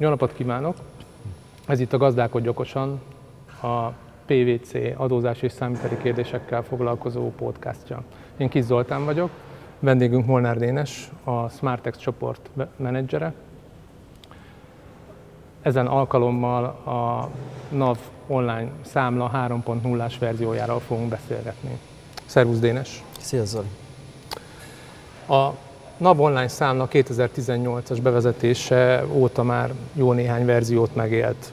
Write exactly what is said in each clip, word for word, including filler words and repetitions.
Jó napot kívánok! Ez itt a Gazdálkodj okosan, a pé vé cé adózás és számviteli kérdésekkel foglalkozó podcastja. Én Kis Zoltán vagyok, vendégünk Molnár Dénes, a Smartex csoport menedzsere. Ezen alkalommal a NAV online számla három pont nullás verziójáról fogunk beszélgetni. Szervusz Dénes! Szia Zoli! A NAV online számla kétezer-tizennyolcas bevezetése óta már jó néhány verziót megélt.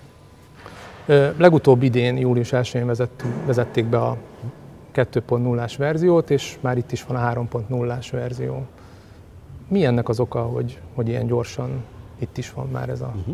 Legutóbb idén, július elsején vezették be a kettő pont nullás verziót, és már itt is van a három pont nullás verzió. Mi ennek az oka, hogy, hogy ilyen gyorsan itt is van már ez a... Uh-huh.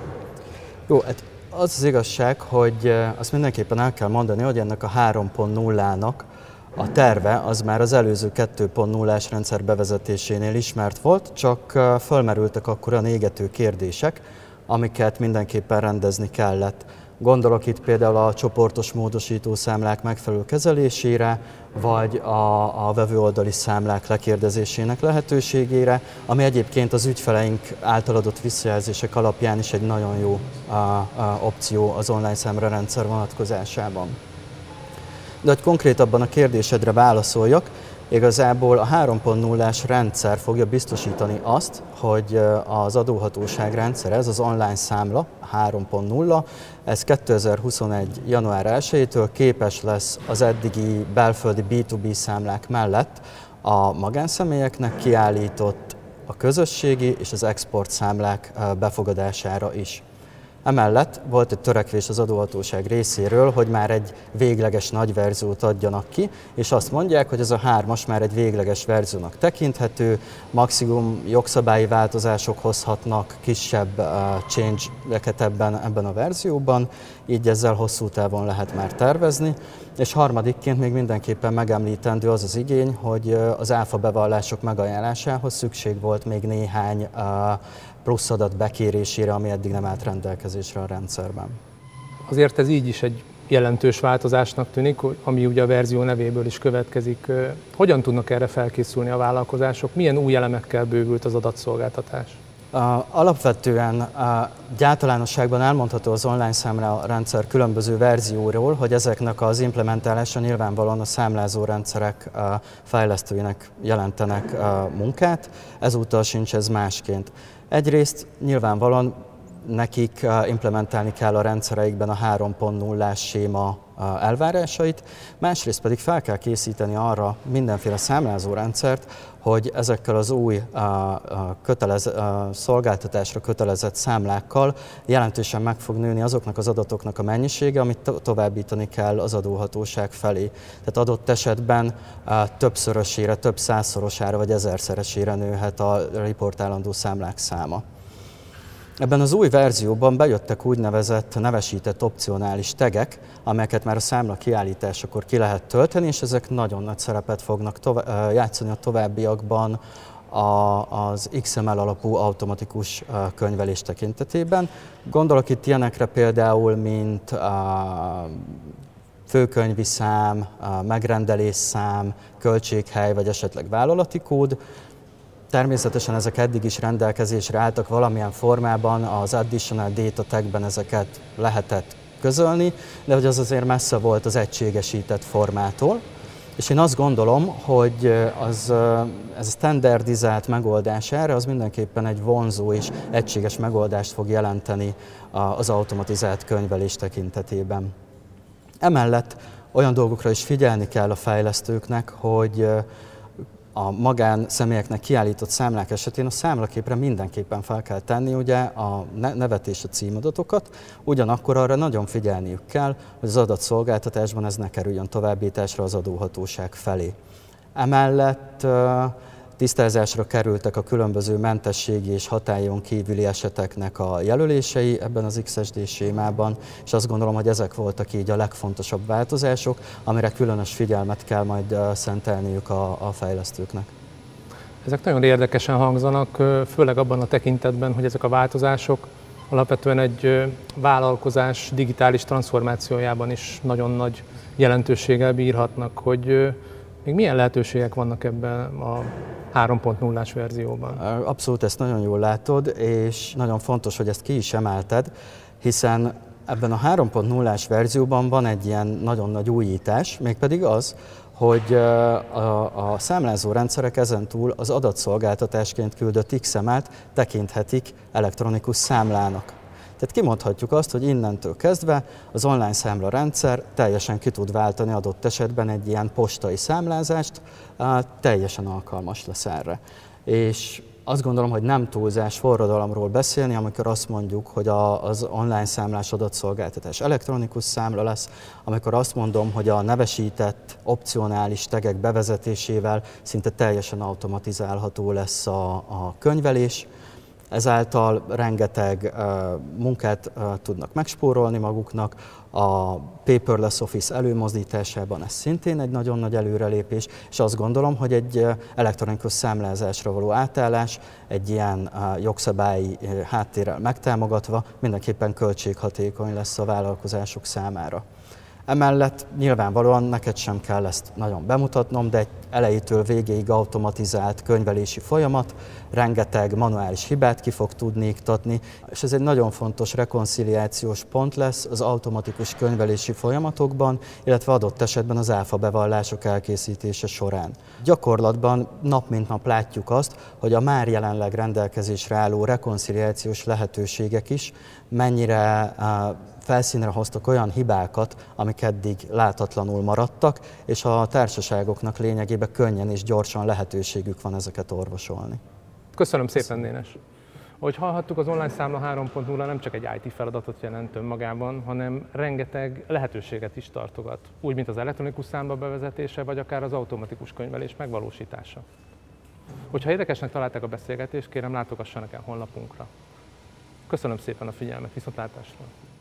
Jó, hát az az igazság, hogy azt mindenképpen el kell mondani, hogy ennek a három pont nullának a terve az már az előző kettő pont nullás rendszer bevezetésénél ismert volt, csak fölmerültek akkor a égető kérdések, amiket mindenképpen rendezni kellett. Gondolok itt például a csoportos módosító számlák megfelelő kezelésére, vagy a, a vevőoldali számlák lekérdezésének lehetőségére, ami egyébként az ügyfeleink által adott visszajelzések alapján is egy nagyon jó a, a opció az online számlarendszer vonatkozásában. De hogy konkrétabban a kérdésedre válaszoljak, igazából a három pont nullás rendszer fogja biztosítani azt, hogy az adóhatóság rendszer, ez az online számla, három pont nulla, ez kétezer-huszonegy. január elsejétől képes lesz az eddigi belföldi bé kettő bé számlák mellett a magánszemélyeknek kiállított a közösségi és az export számlák befogadására is. Emellett volt egy törekvés az adóhatóság részéről, hogy már egy végleges nagy verziót adjanak ki, és azt mondják, hogy ez a hármas már egy végleges verziónak tekinthető, maximum jogszabályi változások hozhatnak kisebb uh, change-eket ebben, ebben a verzióban, így ezzel hosszú távon lehet már tervezni. És harmadikként még mindenképpen megemlítendő az az igény, hogy az áfa bevallások megajánlásához szükség volt még néhány uh, plusz adat bekérésére, ami eddig nem állt rendelkezésre a rendszerben. Azért ez így is egy jelentős változásnak tűnik, ami ugye a verzió nevéből is következik. Hogyan tudnak erre felkészülni a vállalkozások? Milyen új elemekkel bővült az adatszolgáltatás? Alapvetően általánosságban elmondható az online számlarendszer különböző verzióról, hogy ezeknek az implementálása nyilvánvalóan a számlázórendszerek fejlesztőinek jelentenek munkát, ezúttal sincs ez másként. Egyrészt nyilvánvalóan nekik implementálni kell a rendszereikben a három pont nullás séma elvárásait, másrészt pedig fel kell készíteni arra mindenféle számlázórendszert, hogy ezekkel az új kötelez, szolgáltatásra kötelezett számlákkal jelentősen meg fog nőni azoknak az adatoknak a mennyisége, amit to- továbbítani kell az adóhatóság felé. Tehát adott esetben többszörösére, több százszorosára vagy ezerszeresére nőhet a riportálandó számlák száma. Ebben az új verzióban bejöttek úgynevezett nevesített opcionális tagek, amelyeket már a számla kiállításakor ki lehet tölteni, és ezek nagyon nagy szerepet fognak tovább, játszani a továbbiakban a, az iksz em el alapú automatikus könyvelés tekintetében. Gondolok itt ilyenekre például, mint a főkönyvi szám, a megrendelésszám, költséghely vagy esetleg vállalati kód. Természetesen ezek eddig is rendelkezésre álltak valamilyen formában, az Additional Data Tagben ezeket lehetett közölni, de hogy az azért messze volt az egységesített formától. És én azt gondolom, hogy az, ez a standardizált megoldás erre az mindenképpen egy vonzó és egységes megoldást fog jelenteni az automatizált könyvelés tekintetében. Emellett olyan dolgokra is figyelni kell a fejlesztőknek, hogy a magánszemélyeknek kiállított számlák esetén a számlaképre mindenképpen fel kell tenni ugye a nevet és a címadatokat, ugyanakkor arra nagyon figyelniük kell, hogy az adatszolgáltatásban ez ne kerüljön továbbításra az adóhatóság felé. Emellett tisztázásra kerültek a különböző mentességi és hatályon kívüli eseteknek a jelölései ebben az iksz es dé sémában, és azt gondolom, hogy ezek voltak így a legfontosabb változások, amire különös figyelmet kell majd szentelniük a, a fejlesztőknek. Ezek nagyon érdekesen hangzanak, főleg abban a tekintetben, hogy ezek a változások alapvetően egy vállalkozás digitális transformációjában is nagyon nagy jelentőséggel bírhatnak, hogy Még milyen lehetőségek vannak ebben a három pont nullás verzióban? Abszolút, ezt nagyon jól látod, és nagyon fontos, hogy ezt ki is emelted, hiszen ebben a három pont nullás verzióban van egy ilyen nagyon nagy újítás, mégpedig az, hogy a, a számlázó rendszerek ezentúl az adatszolgáltatásként küldött iksz em el-t tekinthetik elektronikus számlának. Tehát kimondhatjuk azt, hogy innentől kezdve az online számla rendszer teljesen ki tud váltani adott esetben egy ilyen postai számlázást, teljesen alkalmas lesz erre. És azt gondolom, hogy nem túlzás forradalomról beszélni, amikor azt mondjuk, hogy a, az online számlás adatszolgáltatás elektronikus számla lesz, amikor azt mondom, hogy a nevesített opcionális tagek bevezetésével szinte teljesen automatizálható lesz a, a könyvelés. Ezáltal rengeteg uh, munkát uh, tudnak megspórolni maguknak, a paperless office előmozdításában ez szintén egy nagyon nagy előrelépés, és azt gondolom, hogy egy uh, elektronikus számlázásra való átállás egy ilyen uh, jogszabályi uh, háttérrel megtámogatva mindenképpen költséghatékony lesz a vállalkozások számára. Emellett nyilvánvalóan neked sem kell ezt nagyon bemutatnom, de egy elejétől végéig automatizált könyvelési folyamat, rengeteg manuális hibát ki fog tudni iktatni, és ez egy nagyon fontos rekonciliációs pont lesz az automatikus könyvelési folyamatokban, illetve adott esetben az áfa bevallások elkészítése során. Gyakorlatban nap mint nap látjuk azt, hogy a már jelenleg rendelkezésre álló rekonciliációs lehetőségek is mennyire felszínre hoztak olyan hibákat, amik eddig látatlanul maradtak, és a társaságoknak lényegében könnyen és gyorsan lehetőségük van ezeket orvosolni. Köszönöm szépen, Dénes! Ahogy hallhattuk, az online számla három pont nulla nem csak egy i té feladatot jelent önmagában, hanem rengeteg lehetőséget is tartogat, úgy, mint az elektronikus számla bevezetése, vagy akár az automatikus könyvelés megvalósítása. Hogyha érdekesnek találták a beszélgetést, kérem látogassanak el honlapunkra. Köszönöm szépen a figyelmet, viszontlátásra!